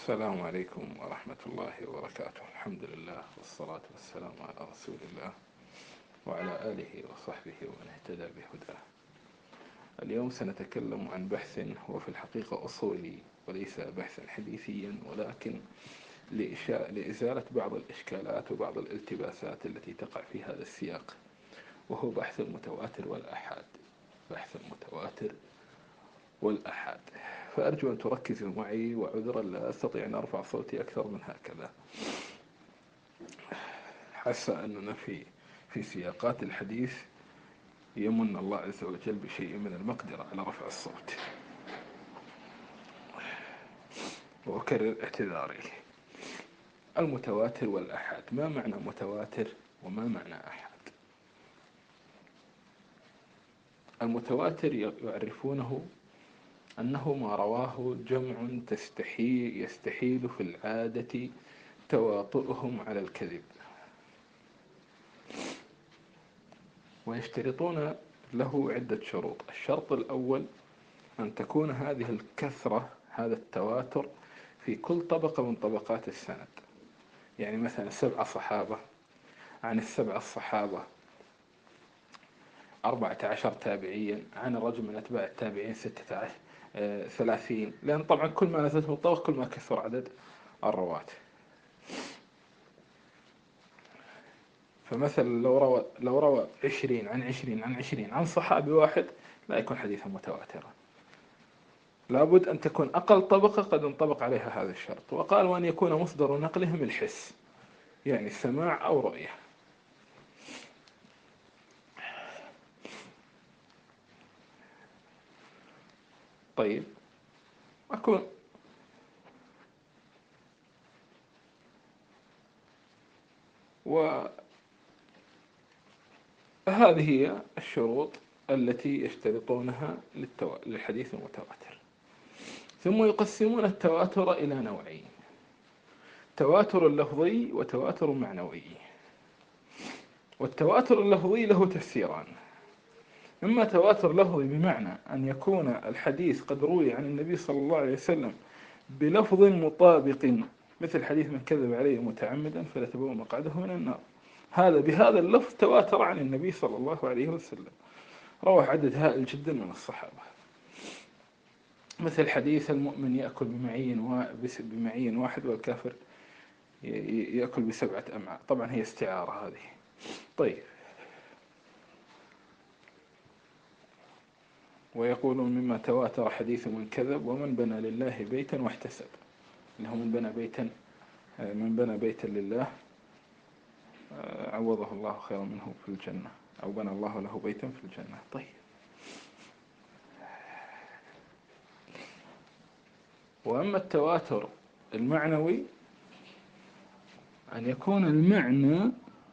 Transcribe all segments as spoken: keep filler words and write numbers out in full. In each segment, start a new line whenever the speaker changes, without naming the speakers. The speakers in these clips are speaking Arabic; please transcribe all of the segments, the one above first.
السلام عليكم ورحمة الله وبركاته. الحمد لله والصلاة والسلام على رسول الله وعلى آله وصحبه ومن اهتدى بهداه. اليوم سنتكلم عن بحث هو في الحقيقة أصولي وليس بحثا حديثيا، ولكن لإزالة بعض الإشكالات وبعض الالتباسات التي تقع في هذا السياق، وهو بحث المتواتر والآحاد. بحث المتواتر والآحاد، فأرجو أن تركزوا معي، وعذرا لا أستطيع أن أرفع صوتي أكثر من هكذا. حس أننا في في سياقات الحديث يمن الله عز وجل بشيء من المقدرة على رفع الصوت، وأكرر اعتذاري. المتواتر والآحاد، ما معنى متواتر وما معنى آحاد؟ المتواتر يعرفونه أنه ما رواه جمع تستحيل يستحيل في العادة تواطؤهم على الكذب، ويشترطون له عدة شروط. الشرط الأول أن تكون هذه الكثرة، هذا التواتر، في كل طبقة من طبقات السند. يعني مثلا سبعة صحابة، عن السبعة الصحابة أربعة عشر تابعيا، عن الرجل من أتباع التابعين ستة عشر آه، ثلاثين، لأن طبعا كل ما نزلت الطبق كل ما كثر عدد الرواة. فمثلا لو روى لو روى عشرين عن عشرين عن عشرين عن صحابي واحد لا يكون حديثا متواترا، لابد أن تكون أقل طبقة قد انطبق عليها هذا الشرط. وقال وأن يكون مصدر نقلهم الحس، يعني السماع أو رؤية. طيب، أكون وهذه هي الشروط التي يشترطونها للتو... للحديث المتواتر. ثم يقسمون التواتر إلى نوعين: تواتر لفظي وتواتر معنوي. والتواتر اللفظي له تفسيران: إما تواتر لفظي بمعنى أن يكون الحديث قد روي عن النبي صلى الله عليه وسلم بلفظ مطابق، مثل حديث من كذب عليه متعمدا فليتبوأ مقعده من النار، هذا بهذا اللفظ تواتر عن النبي صلى الله عليه وسلم، رواه عدد هائل جدا من الصحابة. مثل حديث المؤمن يأكل بمعين بمعين واحد والكافر يأكل بسبعة أمعاء. طبعا هي استعارة هذه. طيب، ويقولون مما تواتر حديث من كذب ومن بنى لله بيتا واحتسب، إنه من بنى بيتا من بنى بيتا لله عوضه الله خيرا منه في الجنة، أو بنى الله له بيتا في الجنة. طيب، وأما التواتر المعنوي أن يكون المعنى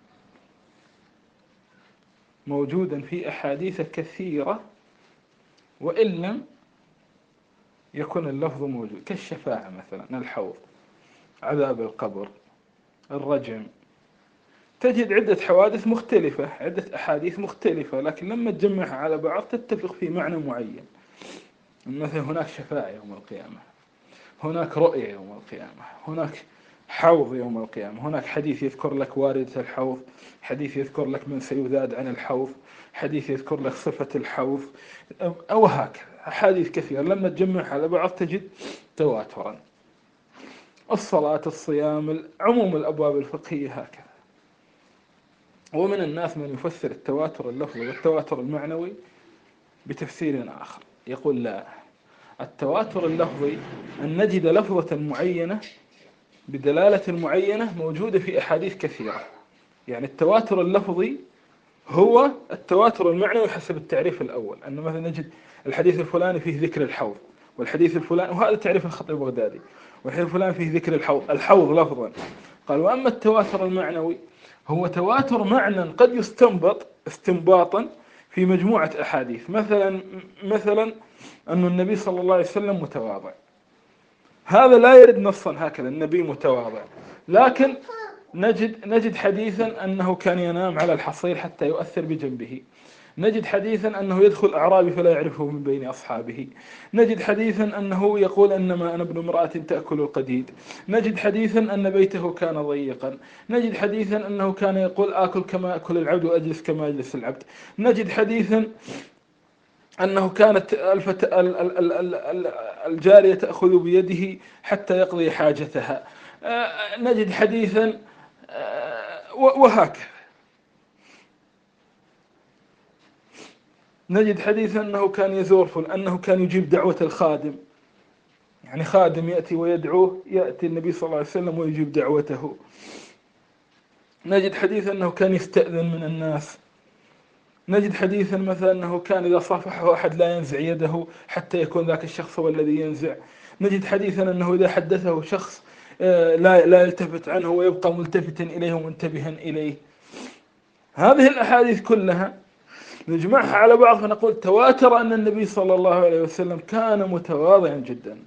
موجودا في أحاديث كثيرة وإن لم يكن اللفظ موجود، كالشفاعة مثلا، الحوض، عذاب القبر، الرجم. تجد عدة حوادث مختلفة، عدة أحاديث مختلفة، لكن لما تجمعها على بعض تتفق في معنى معين. مثلا هناك شفاعة يوم القيامة، هناك رؤية يوم القيامة، هناك حوض يوم القيامة، هناك حديث يذكر لك واردة الحوض، حديث يذكر لك من سيذاد عن الحوض، حديث يذكر لك صفة الحوض، أو هكذا أحاديث كثيرة. لما تجمعها على بعض تجد تواترا. الصلاة، الصيام، عموم الأبواب الفقهية هكذا. ومن الناس من يفسر التواتر اللفظي والتواتر المعنوي بتفسير آخر، يقول لا، التواتر اللفظي أن نجد لفظة معينة بدلالة معينة موجودة في أحاديث كثيرة. يعني التواتر اللفظي هو التواتر المعنوي حسب التعريف الأول، أنه مثلا نجد الحديث الفلاني فيه ذكر الحوض، والحديث الفلاني، وهذا تعريف الخطيب البغدادي، والحديث الفلاني فيه ذكر الحوض الحوض لفظا. قال وأما التواتر المعنوي هو تواتر معنى قد يستنبط استنباطا في مجموعة أحاديث. مثلا مثلا أن النبي صلى الله عليه وسلم متواضع، هذا لا يرد نصا هكذا النبي متواضع، لكن نجد نجد حديثا أنه كان ينام على الحصير حتى يؤثر بجنبه، نجد حديثا أنه يدخل أعرابي فلا يعرفه من بين أصحابه. نجد حديثا أنه يقول إنما أنا ابن امرأة تأكل القديد. نجد حديثا أن بيته كان ضيقا. نجد حديثا أنه كان يقول آكل كما أكل العبد وأجلس كما يجلس العبد. نجد حديثا أنه كانت الفت... الجارية تأخذ بيده حتى يقضي حاجتها. نجد حديثا وهكذا. نجد حديثا أنه كان يزور فل أنه كان يجيب دعوة الخادم، يعني خادم يأتي ويدعوه، يأتي النبي صلى الله عليه وسلم ويجيب دعوته. نجد حديثا أنه كان يستأذن من الناس. نجد حديثا مثلا أنه كان إذا صافحه أحد لا ينزع يده حتى يكون ذاك الشخص هو الذي ينزع. نجد حديثا أنه إذا حدثه شخص لا لا يلتفت عنه ويبقى ملتفتا إليه ومنتبها إليه. هذه الأحاديث كلها نجمعها على بعض فنقول تواتر أن النبي صلى الله عليه وسلم كان متواضعا جدا.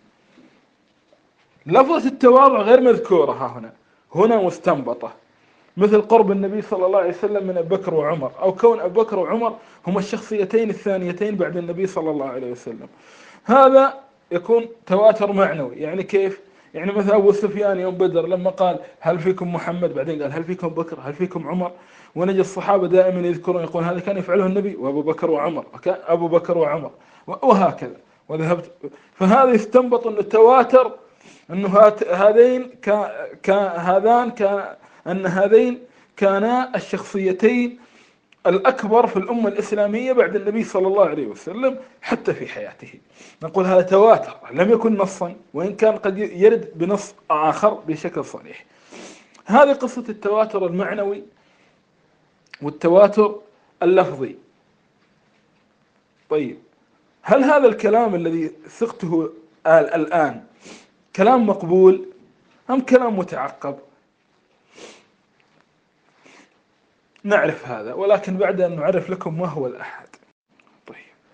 لفظة التواضع غير مذكورة هنا هنا مستنبطة، مثل قرب النبي صلى الله عليه وسلم من أبي بكر وعمر، أو كون أبي بكر وعمر هما الشخصيتين الثانيتين بعد النبي صلى الله عليه وسلم. هذا يكون تواتر معنوي. يعني كيف؟ يعني مثلا أبو سفيان يوم بدر لما قال هل فيكم محمد، بعدين قال هل فيكم بكر، هل فيكم عمر. ونجد الصحابة دائما يذكرون يقول هذا كان يفعله النبي وأبو بكر وعمر، وكان أبو بكر وعمر وهكذا. وذهبت فهذا يستنبط أن التواتر أنه هذين كهذان كان أن هذين كانا الشخصيتين الأكبر في الأمة الإسلامية بعد النبي صلى الله عليه وسلم حتى في حياته. نقول هذا تواتر لم يكن نصا، وإن كان قد يرد بنص آخر بشكل صريح. هذه قصة التواتر المعنوي والتواتر اللفظي. طيب، هل هذا الكلام الذي ثقته الآن كلام مقبول أم كلام متعقب؟ نعرف هذا، ولكن بعد أن نعرف لكم ما هو الأحاد. طيب،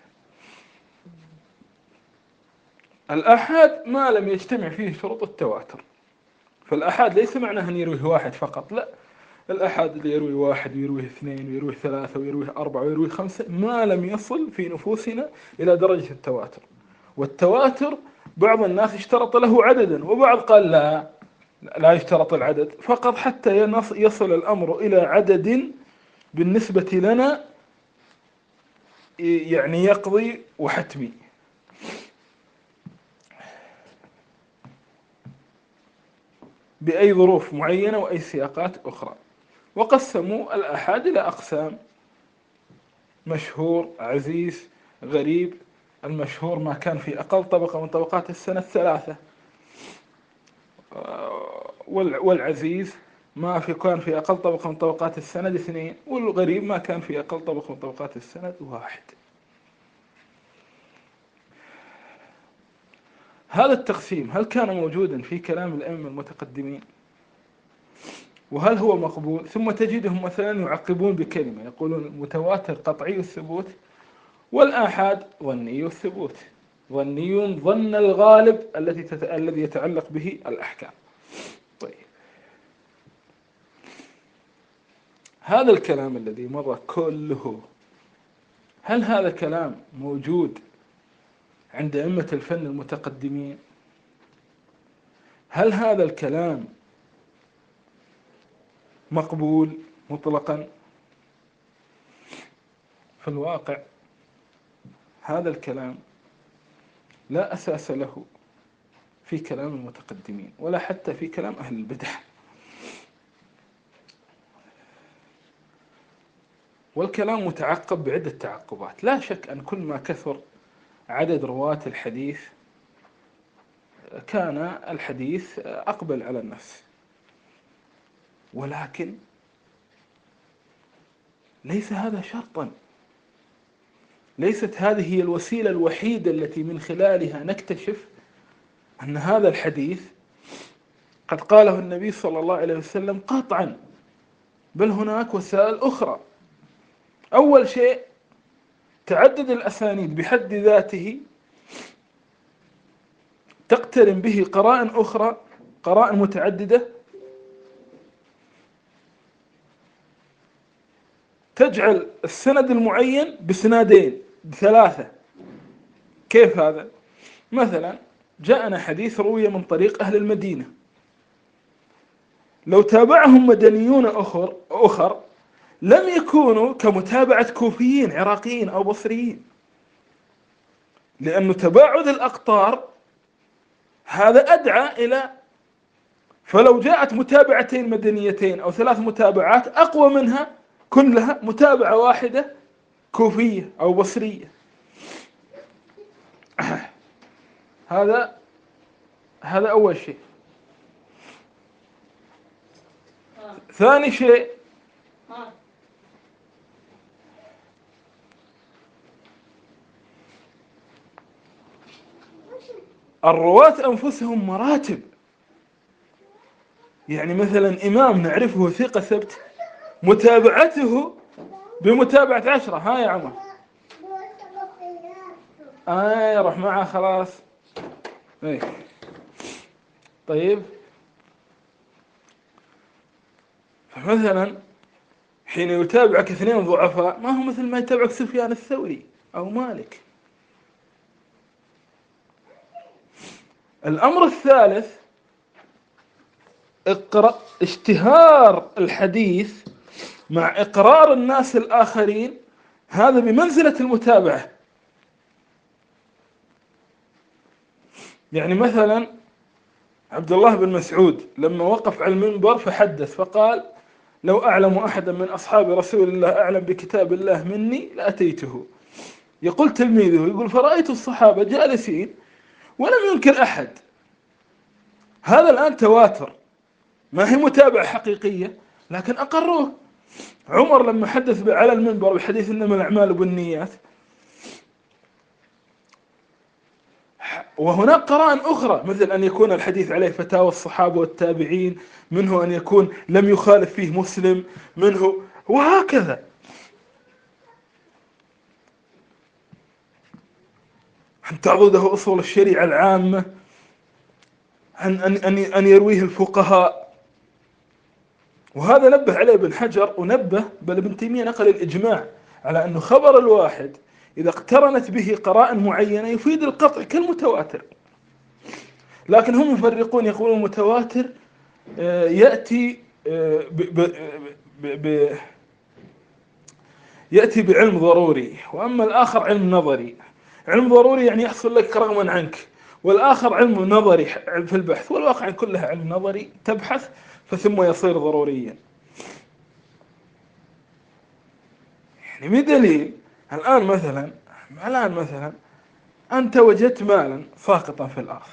الأحاد ما لم يجتمع فيه شروط التواتر. فالأحاد ليس معناه أن يرويه واحد فقط، لا، الأحاد اللي يروي واحد ويرويه اثنين ويرويه ثلاثة ويرويه أربعة ويرويه خمسة ما لم يصل في نفوسنا إلى درجة التواتر. والتواتر بعض الناس اشترط له عددا، وبعض قال لا لا يشترط العدد فقط حتى يصل الأمر إلى عدد بالنسبة لنا يعني يقضي وحتمي. بأي ظروف معينة وأي سياقات أخرى. وقسموا الآحاد إلى أقسام: مشهور، عزيز، غريب. المشهور ما كان في أقل طبقة من طبقات السنة الثلاثة، والعزيز ما في كان في أقل طبقة من طبقات السند اثنين، والغريب ما كان في أقل طبقة من طبقات السند واحد. هذا التقسيم هل كان موجودا في كلام الأئمة المتقدمين؟ وهل هو مقبول؟ ثم تجدهم مثلا يعقبون بكلمة يقولون المتواتر قطعي الثبوت والآحاد ظني الثبوت. ظني ظن الغالب الذي تت... الذي يتعلق به الأحكام. طيب، هذا الكلام الذي مر كله هل هذا كلام موجود عند أئمة الفن المتقدمين؟ هل هذا الكلام مقبول مطلقا؟ في الواقع هذا الكلام لا أساس له في كلام المتقدمين ولا حتى في كلام أهل البدع. والكلام متعقب بعدة تعقبات. لا شك أن كل ما كثر عدد رواة الحديث كان الحديث أقبل على النفس، ولكن ليس هذا شرطا. ليست هذه هي الوسيلة الوحيدة التي من خلالها نكتشف أن هذا الحديث قد قاله النبي صلى الله عليه وسلم قطعا، بل هناك وسائل أخرى. أول شيء تعدد الأسانيد بحد ذاته تقترن به قرائن أخرى، قرائن متعددة تجعل السند المعين بسنادين بثلاثة. كيف هذا؟ مثلا جاءنا حديث روي من طريق أهل المدينة، لو تابعهم مدنيون أخر أخر لم يكونوا كمتابعة كوفيين عراقيين أو بصريين، لأن تباعد الأقطار هذا أدعى إلى، فلو جاءت متابعتين مدنيتين أو ثلاث متابعات أقوى منها كلها متابعة واحدة كوفية أو بصرية. هذا هذا أول شيء. ثاني شيء الرواة أنفسهم مراتب، يعني مثلا إمام نعرفه ثقة ثبت متابعته بمتابعة عشرة. ها يا عمر آه روح معه خلاص. ايه طيب، فمثلا حين يتابعك اثنين ضعفاء ما هو مثل ما يتابعك سفيان الثوري أو مالك. الأمر الثالث اقرأ اشتهار الحديث مع إقرار الناس الآخرين، هذا بمنزلة المتابعة. يعني مثلا عبد الله بن مسعود لما وقف على المنبر فحدث فقال: لو أعلم أحدا من أصحاب رسول الله أعلم بكتاب الله مني لأتيته. يقول تلميذه، يقول: فرأيت الصحابة جالسين ولم ينكر أحد. هذا الآن تواتر، ما هي متابعة حقيقية لكن أقروه. عمر لما حدث على المنبر بحديث إنما الأعمال بالنيات، وهناك قرائن أخرى مثل أن يكون الحديث عليه فتاوى الصحابة والتابعين، منه أن يكون لم يخالف فيه مسلم، منه وهكذا. أن تعضده أصول الشريعة العامة، أن, أن, أن, أن يرويه الفقهاء. وهذا نبه عليه ابن حجر ونبه، بل ابن تيمية نقل الإجماع على أنه خبر الواحد إذا اقترنت به قرائن معينة يفيد القطع كالمتواتر. لكن هم يفرقون، يقولون المتواتر يأتي ب ب ب يأتي بعلم ضروري، وأما الآخر علم نظري. علم ضروري يعني يحصل لك رغما عنك، والآخر علم نظري في البحث، والواقع كلها علم نظري تبحث فثم يصير ضروريا. يعني بدليل الآن مثلا الآن مثلا أنت وجدت مالا ساقطا في الأرض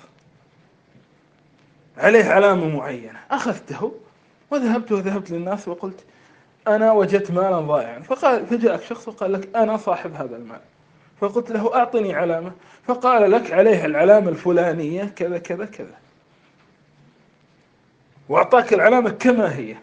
عليه علامة معينة، أخذته وذهبت وذهبت للناس وقلت: أنا وجدت مالا ضائعا. فقال فجاءك شخص وقال لك: أنا صاحب هذا المال. فقلت له: أعطني علامة. فقال لك: عليها العلامة الفلانية كذا كذا كذا، وأعطاك العلامة كما هي.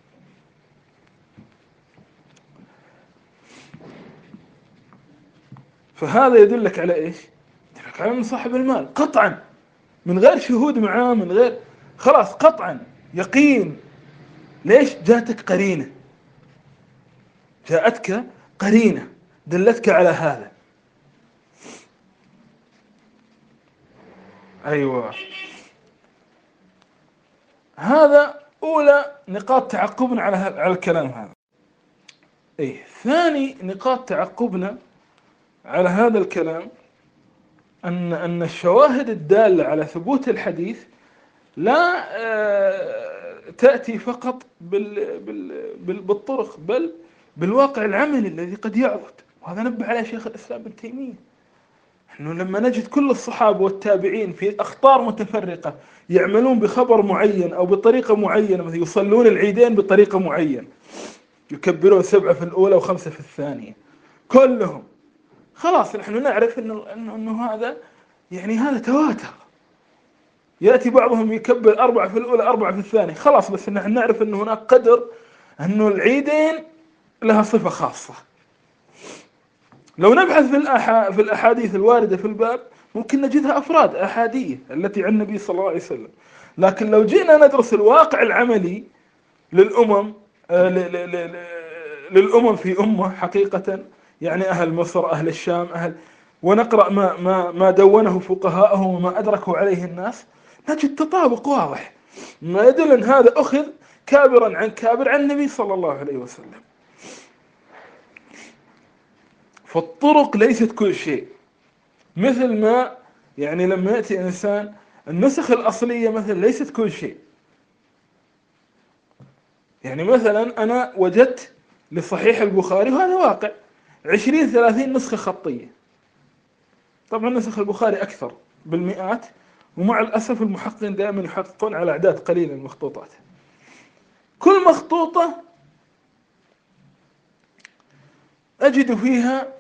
فهذا يدلك على إيش؟ يدلك على أن صاحب المال قطعا، من غير شهود معاه، من غير، خلاص قطعا يقين. ليش؟ جاءتك قرينة، جاءتك قرينة دلتك على هذا. أيوة، هذا أولى نقاط تعقبنا على على الكلام هذا. إيه، ثاني نقاط تعقبنا على هذا الكلام أن أن الشواهد الدالة على ثبوت الحديث لا تأتي فقط بال بال بالطرق، بل بالواقع العملي الذي قد يعرض. وهذا نبه عليه شيخ الإسلام ابن تيمية، إنه لما نجد كل الصحابة والتابعين في أخطار متفرقة يعملون بخبر معين أو بطريقة معينة، مثل يصلون العيدين بطريقة معينة، يكبرون سبعة في الأولى وخمسة في الثانية كلهم، خلاص نحن نعرف إنه إنه هذا يعني هذا تواتر. يأتي بعضهم يكبر أربعة في الأولى أربعة في الثانية، خلاص بس نحن نعرف إنه هناك قدر، إنه العيدين لها صفة خاصة. لو نبحث في الأحا في الأحاديث الواردة في الباب ممكن نجدها أفراد أحادية التي عن النبي صلى الله عليه وسلم، لكن لو جئنا ندرس الواقع العملي للأمم للأمم في أمة حقيقة، يعني أهل مصر، أهل الشام، أهل، ونقرأ ما ما ما دونه فقهاءهم وما أدركوا عليه الناس، نجد تطابق واضح، ما يدل أن هذا أخذ كابرا عن كابر عن النبي صلى الله عليه وسلم. فالطرق ليست كل شيء، مثل ما يعني لما يأتي إنسان النسخ الأصلية مثلا ليست كل شيء. يعني مثلا أنا وجدت لصحيح البخاري، وهذا واقع، عشرين ثلاثين نسخة خطية. طبعا نسخ البخاري أكثر بالمئات، ومع الأسف المحققين دائما يحققون على أعداد قليلة من المخطوطات. كل مخطوطة أجد فيها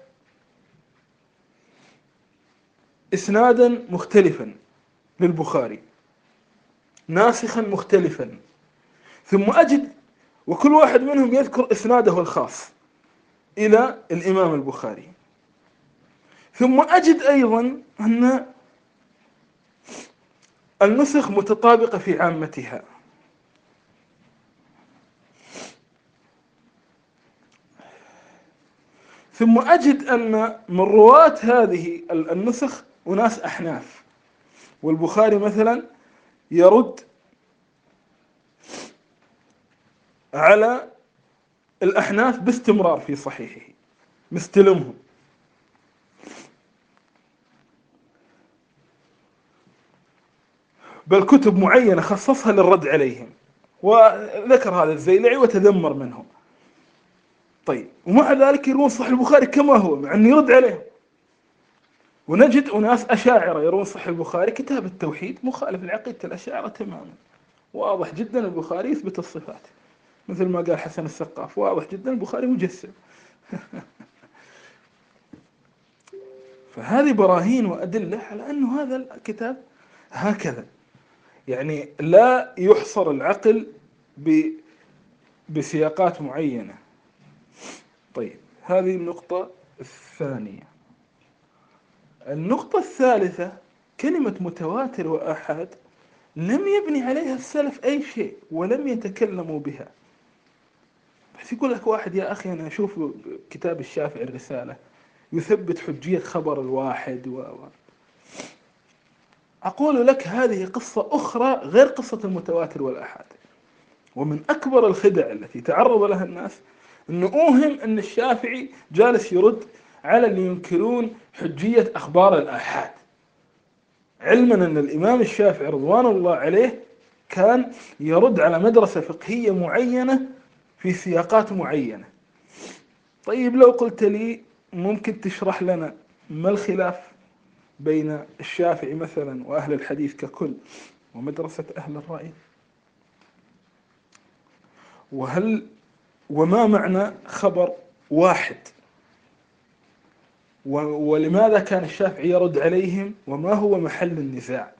إسنادا مختلفا للبخاري، ناسخا مختلفا، ثم أجد وكل واحد منهم يذكر إسناده الخاص إلى الإمام البخاري. ثم أجد أيضا أن النسخ متطابقة في عامتها. ثم أجد أن من رواة هذه النسخ أناس أحناف، والبخاري مثلا يرد على الأحناف باستمرار في صحيحه، مستلمهم. بل كتب معينة خصصها للرد عليهم، وذكر هذا الزيلعي وتذمر منهم. طيب، ومع ذلك يروون صحيح البخاري كما هو، مع أنه يرد عليهم. ونجد أناس أشاعرة يروون صحيح البخاري كتاب التوحيد مخالف لعقيدة الأشاعرة تماما، واضح جدا البخاري يثبت الصفات، مثل ما قال حسن السقاف، واضح جدا البخاري مجسم. فهذه براهين وأدلة على أن هذا الكتاب هكذا، يعني لا يحصر العقل بسياقات معينة. طيب، هذه النقطة الثانية. النقطة الثالثة، كلمة متواتر وآحاد لم يبني عليها السلف أي شيء ولم يتكلموا بها. بس يقول لك واحد يا أخي أنا أشوف كتاب الشافعي الرسالة يثبت حجية خبر الواحد و... أقول لك هذه قصة أخرى غير قصة المتواتر والآحاد. ومن أكبر الخدع التي تعرض لها الناس أنه أوهم أن الشافعي جالس يرد على اللي ينكرون حجية أخبار الآحاد، علما أن الإمام الشافعي رضوان الله عليه كان يرد على مدرسة فقهية معينة في سياقات معينة. طيب، لو قلت لي ممكن تشرح لنا ما الخلاف بين الشافعي مثلا وأهل الحديث ككل ومدرسة أهل الرأي، وهل وما معنى خبر واحد، ولماذا كان الشافعي يرد عليهم، وما هو محل النزاع؟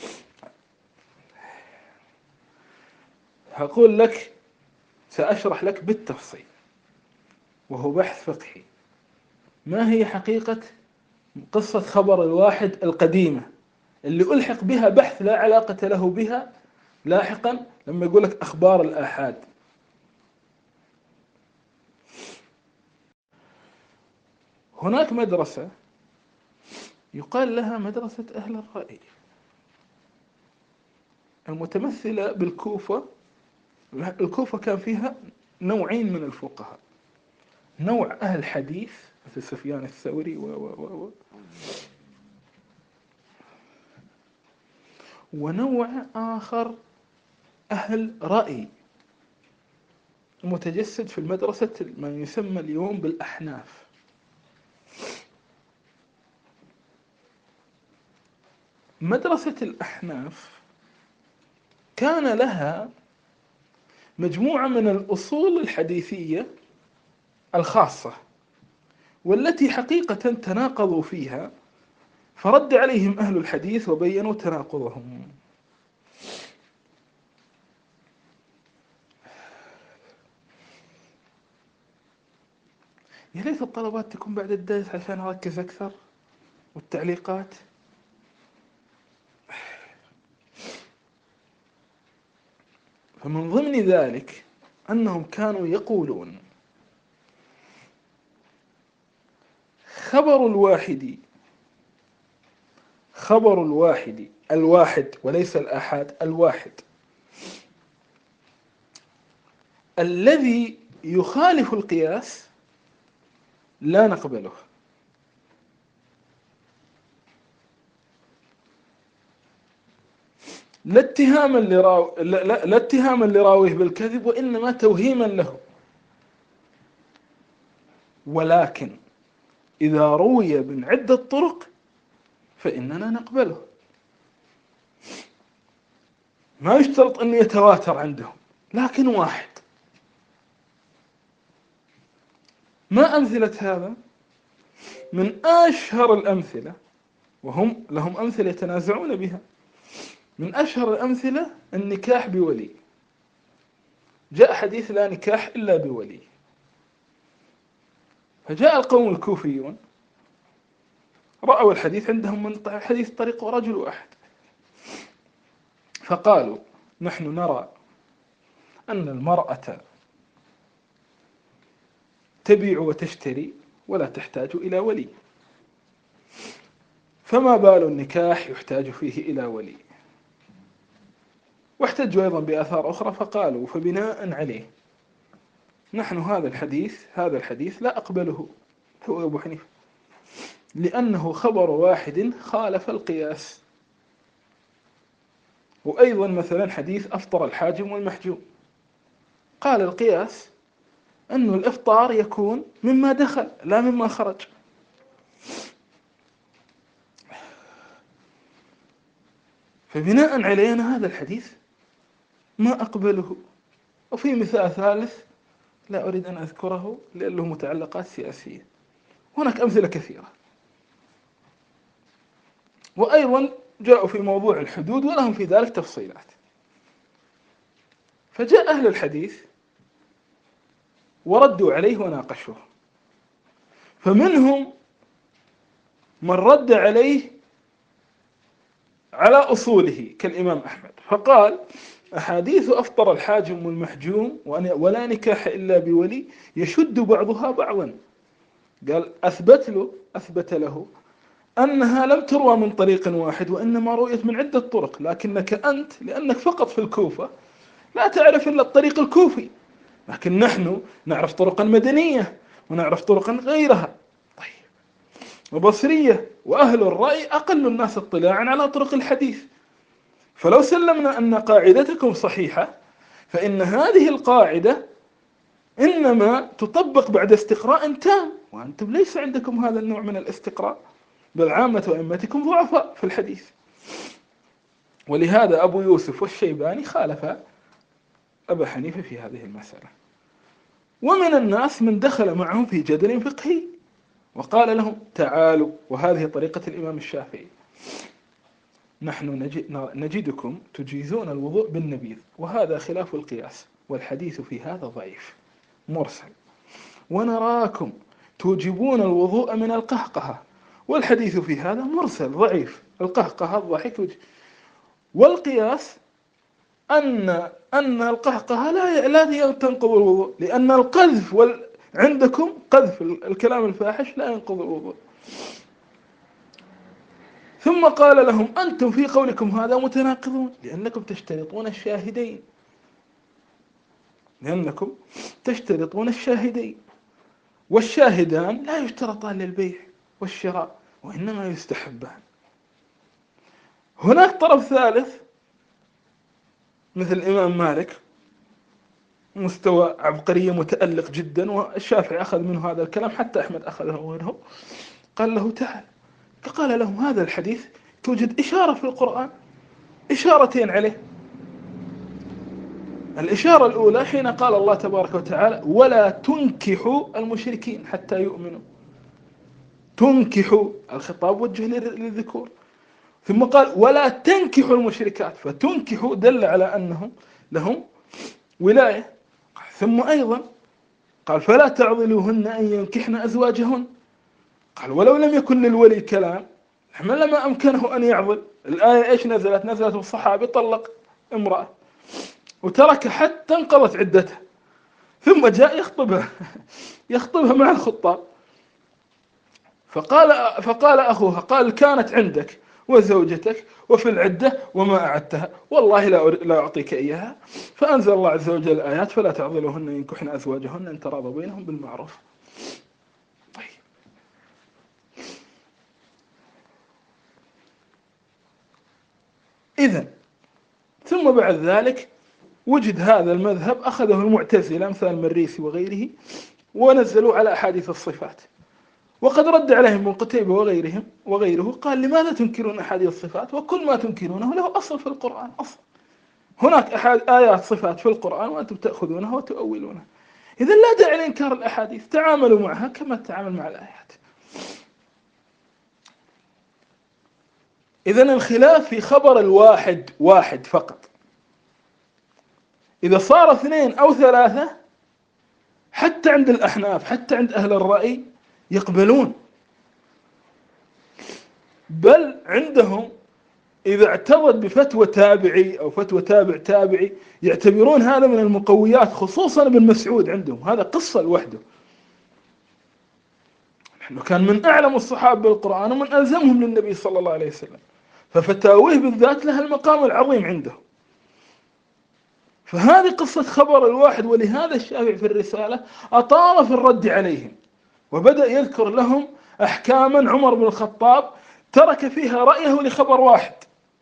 هقول لك، سأشرح لك بالتفصيل، وهو بحث فقهي، ما هي حقيقة قصة خبر الواحد القديمة اللي ألحق بها بحث لا علاقة له بها لاحقا لما يقول لك أخبار الآحاد. هناك مدرسة يقال لها مدرسة أهل الرأي، المتمثلة بالكوفة. الكوفة كان فيها نوعين من الفقهاء، نوع أهل حديث مثل سفيان الثوري و و و و ونوع آخر أهل رأي متجسد في المدرسة ما يسمى اليوم بالأحناف. مدرسة الأحناف كان لها مجموعة من الأصول الحديثية الخاصة، والتي حقيقة تناقضوا فيها، فرد عليهم أهل الحديث وبينوا تناقضهم. يا ليت الطلبات تكون بعد الدرس عشان أركز أكثر، والتعليقات. فمن ضمن ذلك أنهم كانوا يقولون خبر الواحد خبر الواحد الواحد وليس الآحاد، الواحد الذي يخالف القياس لا نقبله. لا اتهاما لراو... لا... لا... لا اتهاما لراويه بالكذب، وإنما توهيما له. ولكن إذا روي من عدة طرق فإننا نقبله. ما يشترط أن يتواتر عندهم، لكن واحد. ما أمثلة هذا؟ من أشهر الأمثلة، وهم لهم أمثلة يتنازعون بها، من أشهر الأمثلة النكاح بولي. جاء حديث لا نكاح إلا بولي، فجاء القوم الكوفيون رأوا الحديث عندهم من حديث طريق رجل واحد، فقالوا نحن نرى أن المرأة تبيع وتشتري ولا تحتاج إلى ولي، فما بال النكاح يحتاج فيه إلى ولي. واحتجوا أيضا بآثار أخرى فقالوا فبناء عليه نحن هذا الحديث هذا الحديث لا أقبله، هو أبو حنيفة، لأنه خبر واحد خالف القياس. وأيضا مثلا حديث أفطر الحاجم والمحجوم، قال القياس أن الإفطار يكون مما دخل لا مما خرج. فبناء علينا هذا الحديث ما أقبله. وفي مثال ثالث لا أريد أن أذكره لأنه متعلقات سياسية، هناك أمثلة كثيرة. وأيضا جاءوا في موضوع الحدود ولهم في ذلك تفصيلات. فجاء أهل الحديث وردوا عليه وناقشوه، فمنهم من رد عليه على أصوله كالإمام أحمد، فقال أحاديث أفطر الحاجم والمحجوم ولا نكاح إلا بولي يشد بعضها بعضا. قال أثبت له أثبت له أنها لم تروى من طريق واحد، وإنما رويت من عدة طرق، لكنك أنت لأنك فقط في الكوفة لا تعرف إلا الطريق الكوفي، لكن نحن نعرف طرقا مدنية ونعرف طرقا غيرها. طيب، وبصرية وأهل الرأي أقل الناس اطلاعا على طرق الحديث. فلو سلمنا أن قاعدتكم صحيحة فإن هذه القاعدة إنما تطبق بعد استقراء تام، وأنتم ليس عندكم هذا النوع من الاستقراء، بل عامة أئمتكم ضعفاء في الحديث. ولهذا أبو يوسف والشيباني خالف أبا حنيفة في هذه المسألة. ومن الناس من دخل معهم في جدل فقهي وقال لهم تعالوا، وهذه طريقة الإمام الشافعي، نحن نجدكم تجيزون الوضوء بالنبيذ وهذا خلاف القياس، والحديث في هذا ضعيف مرسل، ونراكم توجبون الوضوء من القهقهة والحديث في هذا مرسل ضعيف، القهقهة الضحك، والقياس أن أن القهقهة لا لا تنقض الوضوء، لأن القذف وال... عندكم قذف الكلام الفاحش لا ينقض الوضوء. ثم قال لهم أنتم في قولكم هذا متناقضون، لأنكم تشترطون الشاهدين لأنكم تشترطون الشاهدين والشاهدان لا يشترطان للبيع والشراء وإنما يستحبان. هناك طرف ثالث مثل الإمام مالك، مستوى عبقرية متألق جدا، والشافعي أخذ منه هذا الكلام، حتى أحمد أخذه منه، قال له تعال، فقال لهم هذا الحديث توجد إشارة في القرآن، إشارتين عليه. الإشارة الأولى حين قال الله تبارك وتعالى ولا تنكحوا المشركين حتى يؤمنوا، تنكحوا الخطاب وجه للذكور، ثم قال ولا تنكحوا المشركات، فتنكحوا دل على أنهم لهم ولاية. ثم أيضا قال فلا تعضلوهن أن ينكحن أزواجهن، قال ولو لم يكن للولي كلام لما أمكنه أن يعضل. الآية إيش نزلت؟ نزلت الصحابي طلق امرأة وترك حتى انقضت عدتها، ثم جاء يخطبها يخطبها مع الخطاب. فقال فقال أخوها قال كانت عندك وزوجتك وفي العدة وما أعدتها والله لا لا أعطيك إياها. فأنزل الله عز وجل الآيات فلا تعضلوهن ينكحن أزواجهن إن تراضوا بينهم بالمعروف. طيب إذن ثم بعد ذلك وجد هذا المذهب أخذه المعتزلة أمثال المريسي وغيره ونزلوا على أحاديث الصفات، وقد رد عليهم ابن قتيبة وغيرهم وغيره قال لماذا تنكرون أحاديث الصفات وكل ما تنكرونه له أصل في القرآن؟ أصل هناك أحد آيات صفات في القرآن وأنتم تأخذونها وتؤولونها، إذن لا داعي لإنكار الأحاديث، تعاملوا معها كما تتعامل مع الآيات. إذن الخلاف في خبر الواحد واحد فقط، إذا صار اثنين أو ثلاثة حتى عند الأحناف حتى عند أهل الرأي يقبلون، بل عندهم إذا اعترض بفتوى تابعي أو فتوى تابع تابعي يعتبرون هذا من المقويات، خصوصا ابن مسعود عندهم هذا قصة لوحده، نحن كان من أعلم الصحابة بالقرآن ومن ألزمهم للنبي صلى الله عليه وسلم، ففتاويه بالذات لها المقام العظيم عنده. فهذه قصة خبر الواحد، ولهذا الشافعي في الرسالة أطال في الرد عليهم وبدأ يذكر لهم أحكاما عمر بن الخطاب ترك فيها رأيه لخبر واحد،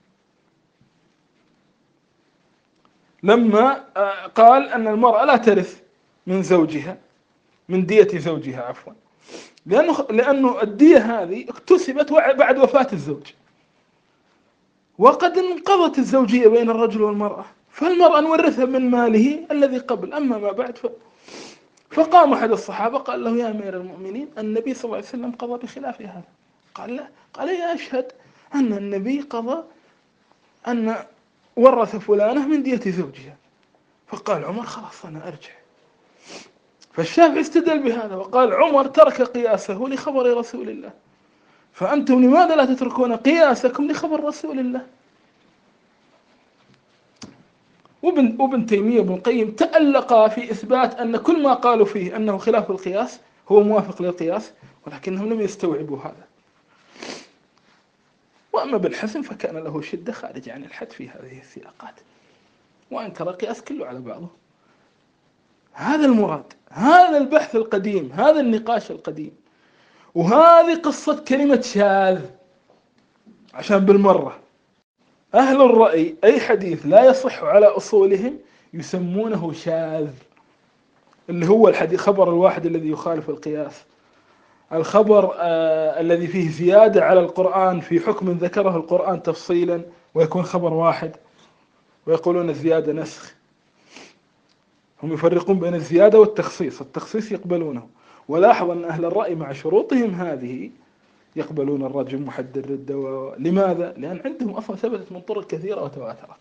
لما قال أن المرأة لا ترث من زوجها من دية زوجها عفوا لأنه لأنه الدية هذه اكتسبت بعد وفاة الزوج، وقد انقضت الزوجية بين الرجل والمرأة، فالمرأة نورثها من ماله الذي قبل، أما ما بعد ف... فقام أحد الصحابة قال له يا أمير المؤمنين النبي صلى الله عليه وسلم قضى بخلاف هذا. قال لا، قال يا أشهد أن النبي قضى أن ورث فلانة من دية زوجها. فقال عمر خلاص أنا أرجع. فالشافعي استدل بهذا وقال عمر ترك قياسه لخبر رسول الله، فأنتم لماذا لا تتركون قياسكم لخبر رسول الله؟ وابن وابن تيمية وابن القيم تألقا في إثبات أن كل ما قالوا فيه أنه خلاف القياس هو موافق للقياس، ولكنهم لم يستوعبوا هذا. وأما ابن حزم فكان له شدة خارج عن الحد في هذه السياقات، وأنكر القياس كله على بعضه. هذا المراد، هذا البحث القديم، هذا النقاش القديم، وهذه قصة كلمة شاذ. عشان بالمرة أهل الرأي أي حديث لا يصح على أصولهم يسمونه شاذ، اللي هو الحديث خبر الواحد الذي يخالف القياس، الخبر آه الذي فيه زيادة على القرآن في حكم ذكره القرآن تفصيلا ويكون خبر واحد، ويقولون الزيادة نسخ. هم يفرقون بين الزيادة والتخصيص، التخصيص يقبلونه. ولاحظ أن أهل الرأي مع شروطهم هذه يقبلون الرجم محد الردة. لماذا؟ لأن عندهم أصلا ثبتت من طرق كثيرة وتواترت.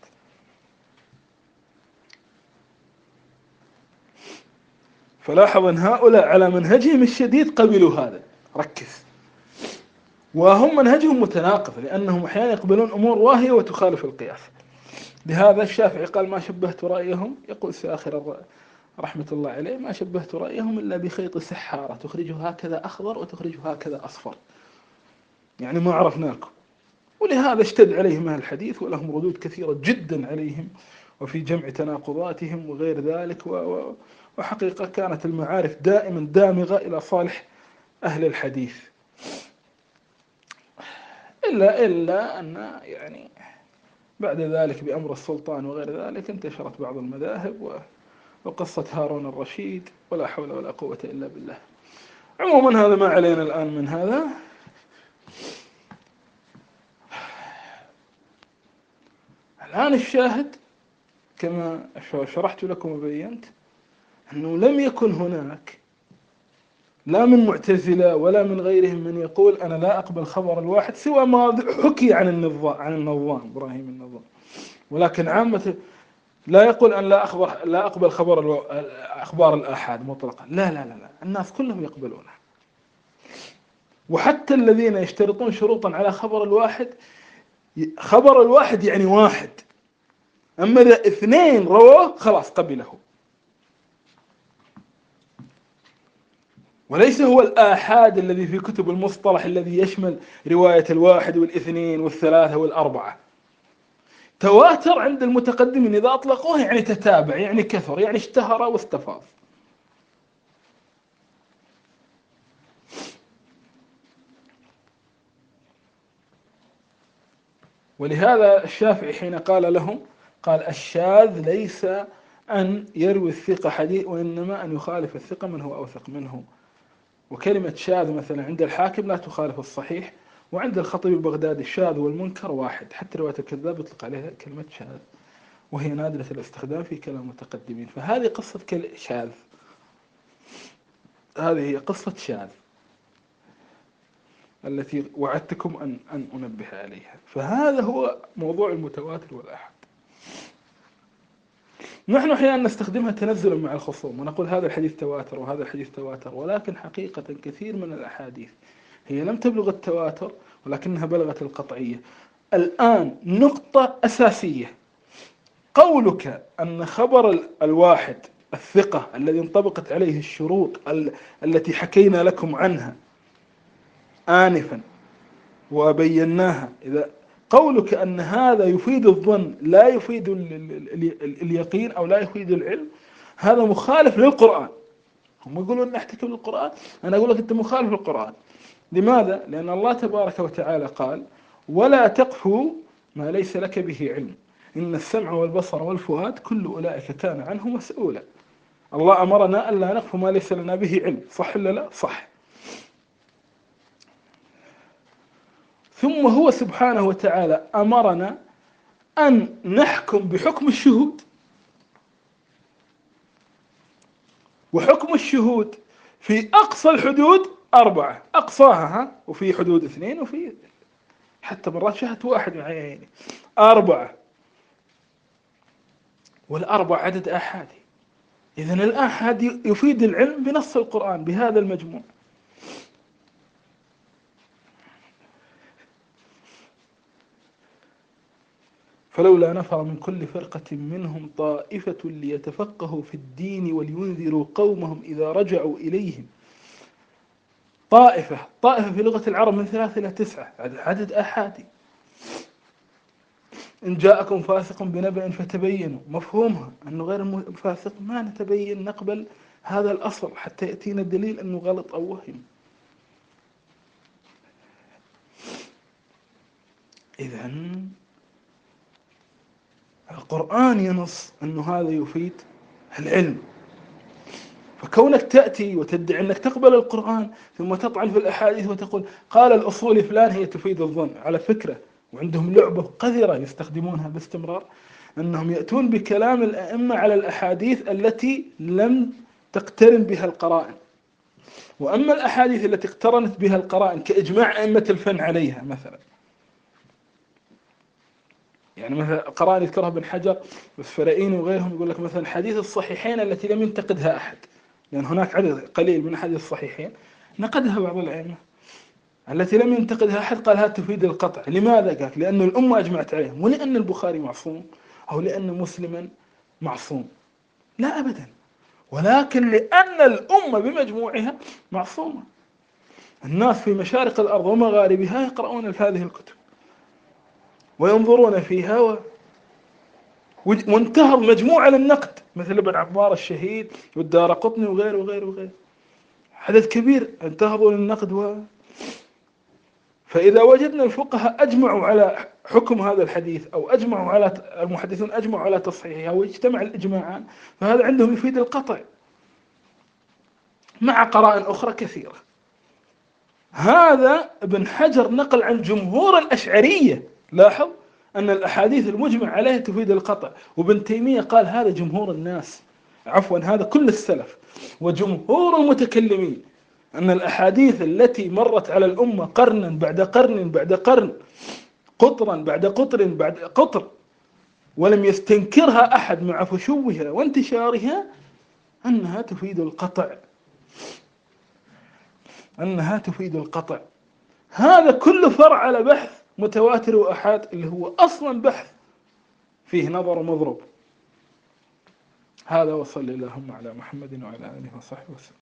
فلاحظ أن هؤلاء على منهجهم الشديد قبلوا هذا، ركز. وهم منهجهم متناقض، لأنهم أحيانا يقبلون أمور واهية وتخالف القياس. لهذا الشافعي قال ما شبهت رأيهم، يقول ساخر رحمة الله عليه، ما شبهت رأيهم إلا بخيط سحارة تخرجه هكذا أخضر وتخرجه هكذا أصفر، يعني ما عرفناكم. ولهذا اشتد عليهم أهل الحديث ولهم ردود كثيرة جدا عليهم وفي جمع تناقضاتهم وغير ذلك. وحقيقة كانت المعارف دائما دامغة إلى صالح أهل الحديث، إلا إلا أن يعني بعد ذلك بأمر السلطان وغير ذلك انتشرت بعض المذاهب وقصة هارون الرشيد، ولا حول ولا قوة إلا بالله. عموما هذا ما علينا الآن من هذا. الآن الشاهد كما شرحت لكم وبينت أنه لم يكن هناك لا من معتزلة ولا من غيرهم من يقول أنا لا أقبل خبر الواحد سوى ما حكي عن النظام عن النظام إبراهيم النظام، ولكن عامة لا يقول أن لا أخبر لا أقبل خبر أخبار الآحاد مطلقا. لا لا لا لا، الناس كلهم يقبلونه. وحتى الذين يشترطون شروطا على خبر الواحد، خبر الواحد يعني واحد، أما إذا اثنين رواه خلاص قبله. وليس هو الآحاد الذي في كتب المصطلح الذي يشمل رواية الواحد والاثنين والثلاثة والأربعة. تواتر عند المتقدمين إذا أطلقوه يعني تتابع، يعني كثر، يعني اشتهر واستفاض. ولهذا الشافعي حين قال لهم قال الشاذ ليس أن يروي الثقة حديث، وإنما أن يخالف الثقة من هو أوثق منه. وكلمة شاذ مثلا عند الحاكم لا تخالف الصحيح، وعند الخطيب البغدادي الشاذ والمنكر واحد، حتى رواية الكذاب يطلق عليها كلمة شاذ، وهي نادرة الاستخدام في كلام المتقدمين. فهذه قصة شاذ، هذه هي قصة شاذ التي وعدتكم أن أن أنبه عليها. فهذا هو موضوع المتواتر والآحاد. نحن أحيانا نستخدمها تنزلا مع الخصوم ونقول هذا الحديث تواتر وهذا الحديث تواتر، ولكن حقيقة كثير من الأحاديث هي لم تبلغ التواتر ولكنها بلغت القطعية. الآن نقطة أساسية، قولك أن خبر الواحد الثقة الذي انطبقت عليه الشروط التي حكينا لكم عنها آنفا وبيناها، إذا قولك أن هذا يفيد الظن لا يفيد اليقين أو لا يفيد العلم، هذا مخالف للقرآن. هم يقولون نحتكم للقرآن، أنا أقول لك أنت مخالف للقرآن. لماذا؟ لأن الله تبارك وتعالى قال ولا تقف ما ليس لك به علم إن السمع والبصر والفؤاد كل أولئك كان عنه مسؤولا. الله أمرنا ألا نقف ما ليس لنا به علم، صح ولا لا؟ صح. ثم هو سبحانه وتعالى أمرنا أن نحكم بحكم الشهود، وحكم الشهود في أقصى الحدود أربعة، أقصاها ها، وفي حدود اثنين، وفي حتى مرات شهدت واحد مع عيني، أربعة، والأربع عدد آحادي. إذن الآحاد يفيد العلم بنص القرآن بهذا المجموع. فلولا نفر من كل فرقة منهم طائفة ليتفقهوا في الدين ولينذروا قومهم إذا رجعوا إليهم. طائفة، طائفة في لغة العرب من ثلاثة إلى تسعة، عدد آحادي. إن جاءكم فاسق بنبأ فتبينوا، مفهومها أنه غير فاسق ما نتبين نقبل هذا الأصل حتى يأتينا الدليل أنه غلط أو وهم. إذن القرآن ينص أنه هذا يفيد العلم. فكونك تأتي وتدعي أنك تقبل القرآن ثم تطعن في الأحاديث وتقول قال الأصول فلان هي تفيد الظن، على فكرة وعندهم لعبة قذرة يستخدمونها باستمرار، أنهم يأتون بكلام الأئمة على الأحاديث التي لم تقترن بها القرائن. وأما الأحاديث التي اقترنت بها القرائن كإجماع أئمة الفن عليها مثلا، يعني مثلا قرائن يذكرها ابن حجر والسفرائيني وغيرهم، يقول لك مثلا حديث الصحيحين التي لم ينتقدها أحد، لأن هناك عدد قليل من حديث الصحيحين نقدها بعض الأئمة، التي لم ينتقدها أحد قال هذا تفيد القطع. لماذا؟ قال لأن الأمة أجمعت عليه، مو لأن البخاري معصوم أو لأن مسلما معصوم، لا أبدا، ولكن لأن الأمة بمجموعها معصومة. الناس في مشارق الأرض ومغاربها يقرؤون في هذه الكتب وينظرون فيها و... وانتهر مجموعة للنقد مثل ابن عبار الشهيد والدارقطني وغيره وغيره وغيره، عدد كبير انتهضوا للنقد و... فإذا وجدنا الفقهاء أجمعوا على حكم هذا الحديث أو أجمعوا على المحدثون أجمعوا على تصحيحها واجتمع الإجماعان، فهذا عندهم يفيد القطع مع قرائن أخرى كثيرة. هذا ابن حجر نقل عن جمهور الأشعرية، لاحظ أن الأحاديث المجمع عليها تفيد القطع، وابن تيمية قال هذا جمهور الناس، عفوا هذا كل السلف وجمهور المتكلمين، أن الأحاديث التي مرت على الأمة قرنا بعد قرن بعد قرن، قطرا بعد قطر بعد قطر، ولم يستنكرها أحد مع فشوها وانتشارها، أنها تفيد القطع، أنها تفيد القطع. هذا كله فرع على بحث متواتر وأحاد اللي هو أصلا بحث فيه نظر مضروب. هذا وصلى اللهم على محمد وعلى آله وصحبه وسلم.